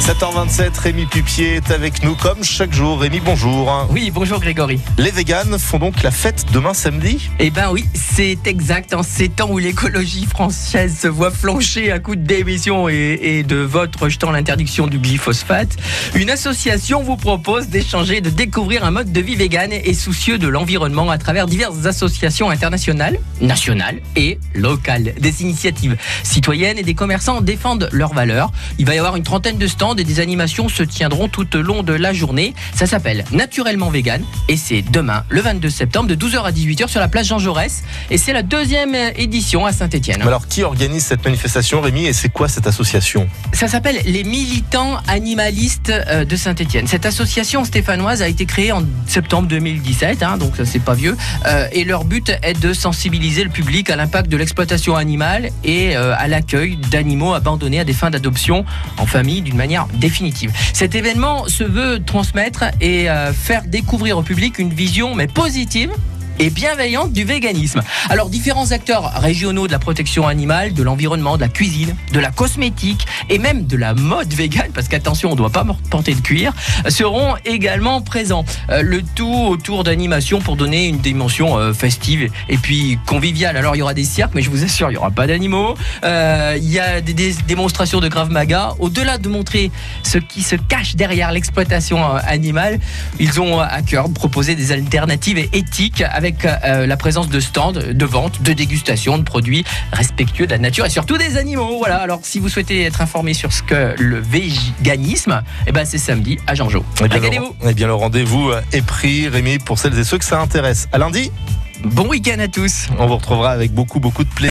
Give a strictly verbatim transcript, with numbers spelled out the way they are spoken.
sept heures vingt-sept, Rémi Pupier est avec nous comme chaque jour. Rémi, bonjour. Oui, bonjour Grégory. Les véganes font donc la fête demain samedi ? Eh ben oui, c'est exact. En ces temps où l'écologie française se voit flancher à coups de démission et, et de votes rejetant l'interdiction du glyphosate, une association vous propose d'échanger et de découvrir un mode de vie vegan et soucieux de l'environnement à travers diverses associations internationales, nationales et locales. Des initiatives citoyennes et des commerçants défendent leurs valeurs. Il va y avoir une trentaine de stands et des animations se tiendront tout au long de la journée. Ça s'appelle Naturellement Vegan et c'est demain, le vingt-deux septembre, de douze heures à dix-huit heures sur la place Jean Jaurès. Et c'est la deuxième édition à Saint-Étienne. Alors, qui organise cette manifestation, Rémi, et c'est quoi cette association ? Ça s'appelle les Militants Animalistes de Saint-Étienne. Cette association stéphanoise a été créée en septembre deux mille dix-sept, hein, donc ça c'est pas vieux. Euh, et leur but est de sensibiliser le public à l'impact de l'exploitation animale et euh, à l'accueil d'animaux abandonnés à des fins d'adoption en famille d'une manière définitive. Cet événement se veut transmettre et euh, faire découvrir au public une vision mais positive et bienveillante du véganisme. Alors, différents acteurs régionaux de la protection animale, de l'environnement, de la cuisine, de la cosmétique et même de la mode végane, parce qu'attention, on ne doit pas porter de cuir, seront également présents. Euh, le tout autour d'animations pour donner une dimension euh, festive et puis conviviale. Alors, il y aura des cirques, mais je vous assure, il n'y aura pas d'animaux. Euh, il y a des, des démonstrations de Krav Maga. Au-delà de montrer ce qui se cache derrière l'exploitation euh, animale, ils ont à cœur de proposer des alternatives éthiques avec euh, la présence de stands de vente, de dégustation de produits respectueux de la nature et surtout des animaux. Voilà. Alors, si vous souhaitez être informé sur ce que le véganisme, eh ben, c'est samedi à Jean-Jo. Régalez-vous. Eh bien, le rendez-vous est pris, Rémi, pour celles et ceux que ça intéresse. À lundi. Bon week-end à tous. On vous retrouvera avec beaucoup, beaucoup de plaisir.